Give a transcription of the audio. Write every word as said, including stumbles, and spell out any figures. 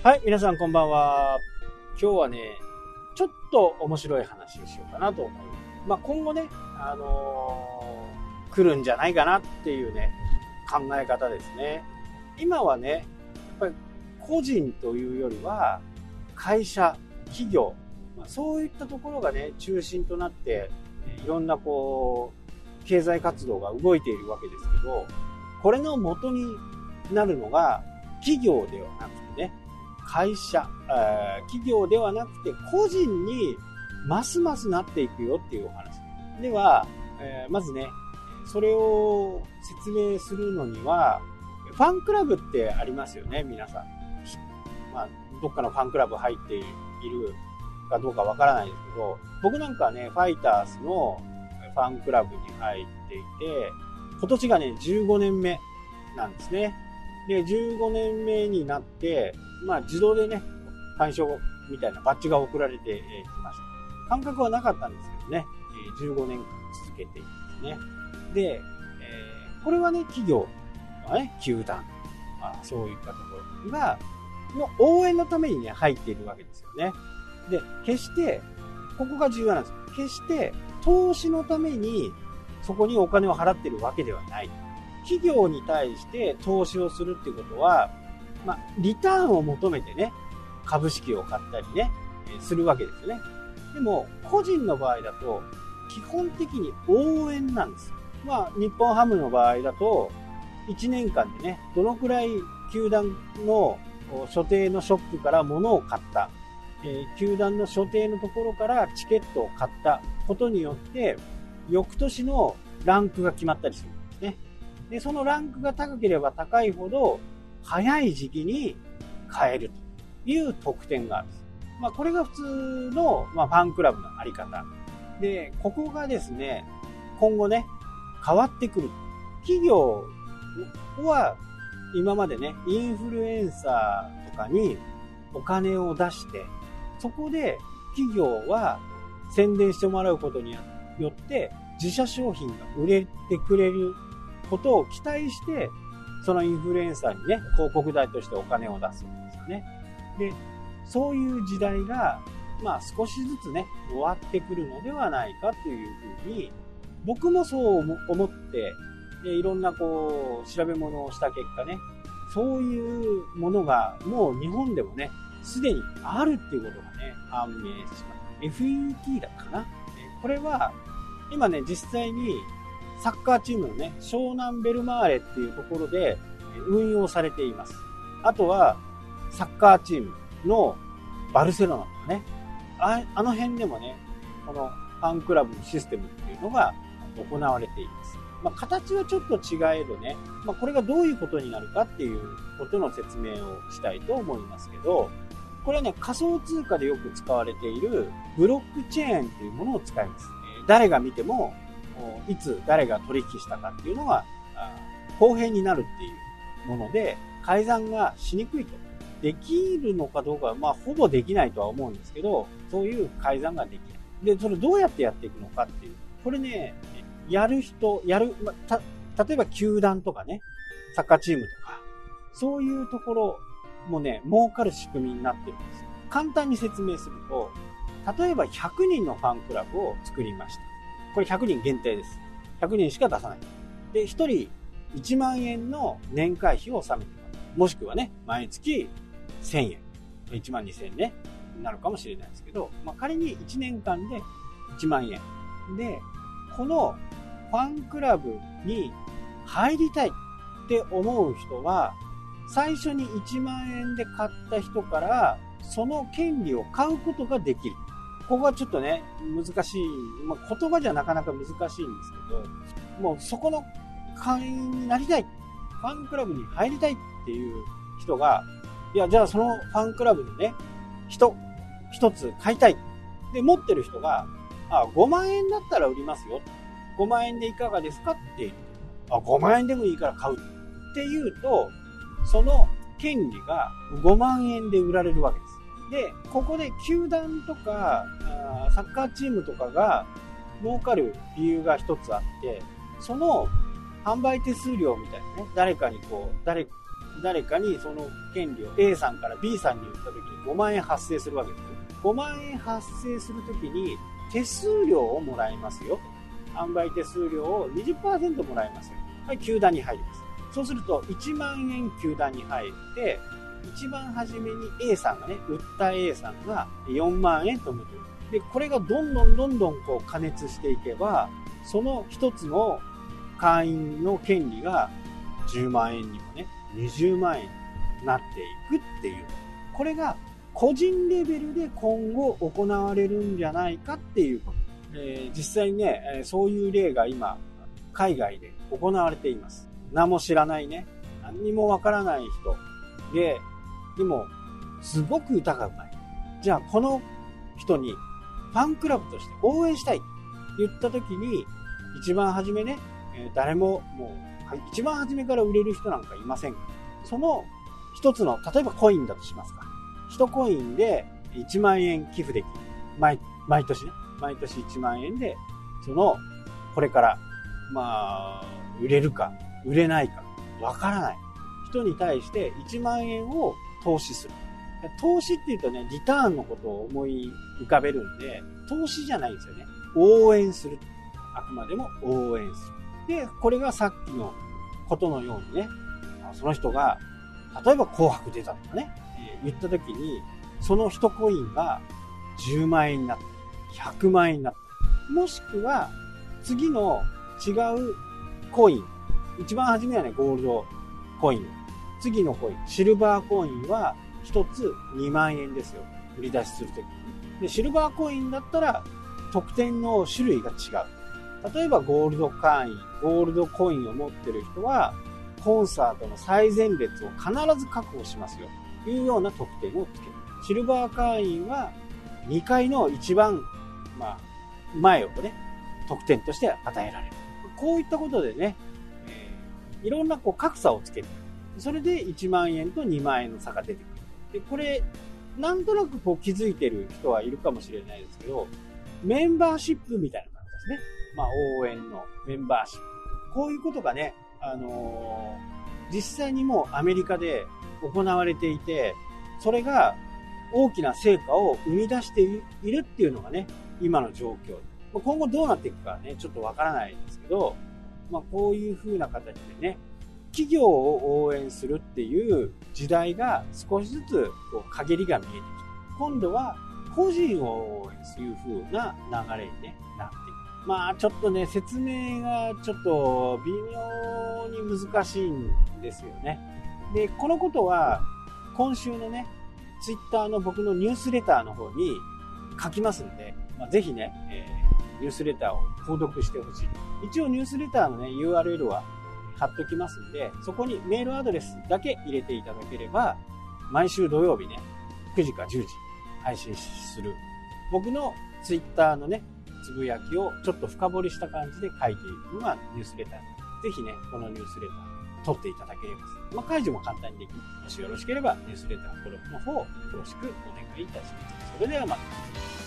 はい、皆さんこんばんは。今日はね、ちょっと面白い話をしようかなと思います。まあ、今後ね、あのー、来るんじゃないかなっていうね、考え方ですね。今はね、やっぱり個人というよりは、会社、企業、まあ、そういったところがね、中心となって、いろんなこう、経済活動が動いているわけですけど、これの元になるのが、企業ではなくてね、会社、企業ではなくて個人にますますなっていくよっていうお話では、えー、まずねそれを説明するのにはファンクラブってありますよね。皆さん、まあ、どっかのファンクラブ入っているかどうかわからないですけど、僕なんかはねファイターズのファンクラブに入っていて、今年がねじゅうごねんめなんですね。でじゅうごねんめになってまあ自動でね、会証みたいなバッジが送られてきました。感覚はなかったんですけどね、じゅうごねんかん続けていますね。で、えー、これはね、企業とかね、球団、まあ、そういったところが、の応援のためにね、入っているわけですよね。で、決して、ここが重要なんですよ。決して投資のためにそこにお金を払っているわけではない。企業に対して投資をするっていうことは、まあ、リターンを求めてね、株式を買ったりね、えー、するわけですよね。でも、個人の場合だと、基本的に応援なんです。まあ、日本ハムの場合だと、いちねんかんでね、どのくらい球団の所定のショップから物を買った、えー、球団の所定のところからチケットを買ったことによって、翌年のランクが決まったりするんですね。で、そのランクが高ければ高いほど、早い時期に買えるという特典があるんです。まあ、これが普通の、まあ、ファンクラブのあり方で、ここがですね、今後ね、変わってくる。企業は今までね、インフルエンサーとかにお金を出して、そこで企業は宣伝してもらうことによって自社商品が売れてくれることを期待して、そのインフルエンサーにね、広告代としてお金を出すんですよね。で、そういう時代が、まあ少しずつね、終わってくるのではないかというふうに、僕もそう思って、でいろんなこう、調べ物をした結果ね、そういうものがもう日本でもね、すでにあるっていうことがね、判明しました。エフイーティー だかな。これは、今ね、実際に、サッカーチームのね、湘南ベルマーレっていうところで運用されています。あとは、サッカーチームのバルセロナとかね、あ, あの辺でもね、このファンクラブのシステムっていうのが行われています。まあ、形はちょっと違えどね、まあ、これがどういうことになるかっていうことの説明をしたいと思いますけど、これはね、仮想通貨でよく使われているブロックチェーンっていうものを使います。誰が見てもいつ誰が取引したかっていうのが公平になるっていうもので、改ざんがしにくいと。できるのかどうかは、まあ、ほぼできないとは思うんですけど、そういう改ざんができない。で、それどうやってやっていくのかっていう。これね、やる人、やる、まあ、た、例えば球団とかね、サッカーチームとか、そういうところもね、儲かる仕組みになってるんです。簡単に説明すると、例えばひゃくにんのファンクラブを作りました。これひゃくにん限定です。ひゃくにんしか出さない。で、ひとりいちまんえんの年会費を納めてます。もしくはね、毎月せんえん。いちまんにせんえんね、なるかもしれないですけど、まあ、仮にいちねんかんでいちまんえん。で、このファンクラブに入りたいって思う人は、最初にいちまんえんで買った人から、その権利を買うことができる。ここはちょっとね、難しい、まあ、言葉じゃなかなか難しいんですけど、もうそこの会員になりたい、ファンクラブに入りたいっていう人が、いや、じゃあそのファンクラブにね、人、一つ買いたい。で、持ってる人が、あ、ごまんえんだったら売りますよ。ごまんえんでいかがですかっていう。あ、ごまんえんでもいいから買う。っていうと、その権利がごまんえんで売られるわけです。で、ここで球団とかサッカーチームとかが儲かる理由が一つあって、その販売手数料みたいなね、誰かにこう、誰、 誰かにその権利を A さんから B さんに売った時にごまんえん発生するわけですよ。ごまんえん発生する時に手数料をもらいますよ。販売手数料を にじゅっパーセント もらいますよ。はい、球団に入ります。そうするといちまんえん球団に入って、一番初めに A さんがね、売った A さんがよんまんえんと思ってる。で、これがどんどんどんどんこう加熱していけば、その一つの会員の権利がじゅうまんえんにもね、にじゅうまんえんになっていくっていう。これが個人レベルで今後行われるんじゃないかっていうこと。えー、実際にね、そういう例が今、海外で行われています。名も知らないね、何にもわからない人で、でも、すごく歌がうまい。じゃあ、この人にファンクラブとして応援したいって言った時に、一番初めね、誰ももう、一番初めから売れる人なんかいません。その一つの、例えばコインだとしますか。一コインでいちまんえん寄付できる。毎、毎年ね。毎年いちまんえんで、その、これから、まあ、売れるか、売れないか、わからない人に対していちまんえんを投資する。投資っていうとね、リターンのことを思い浮かべるんで、投資じゃないんですよね。応援する。あくまでも応援する。で、これがさっきのことのようにね、その人が、例えば紅白出たとかね、えー、言った時に、その一コインがじゅうまんえんになった。ひゃくまんえんになった。もしくは、次の違うコイン。一番初めはね、ゴールドコイン。次のコイン、シルバーコインは一つにまんえんですよ。売り出しするときに。で、シルバーコインだったら特典の種類が違う。例えばゴールド会員、ゴールドコインを持ってる人は、コンサートの最前列を必ず確保しますよ。というような特典をつける。シルバー会員はにかいの一番、まあ、前をね、特典として与えられる。こういったことでね、えー、いろんなこう格差をつける。それでいちまんえんとにまんえんの差が出てくる。で、これ、なんとなくこう気づいてる人はいるかもしれないですけど、メンバーシップみたいな感じですね。まあ、応援のメンバーシップ。こういうことがね、あのー、実際にもうアメリカで行われていて、それが大きな成果を生み出しているっていうのがね、今の状況。今後どうなっていくかね、ちょっとわからないですけど、まあ、こういう風な形でね、企業を応援するっていう時代が少しずつこう陰りが見えてきて、今度は個人を応援する風な流れに、ね、なっていく。まあちょっとね、説明がちょっと微妙に難しいんですよね。で、このことは今週のね、ツイッターの僕のニュースレターの方に書きますんで、まあ、ぜひね、えー、ニュースレターを購読してほしい。一応ニュースレターのね、ユーアールエル は貼っときますんで、そこにメールアドレスだけ入れていただければ、毎週土曜日ね、くじかじゅうじ配信する。僕のツイッターのね、つぶやきをちょっと深掘りした感じで書いているのがニュースレター。ぜひね、このニュースレター取っていただければ。まあ、解除も簡単にできる。もしよろしければ、ニュースレター登録の方、よろしくお願いいたします。それではまた。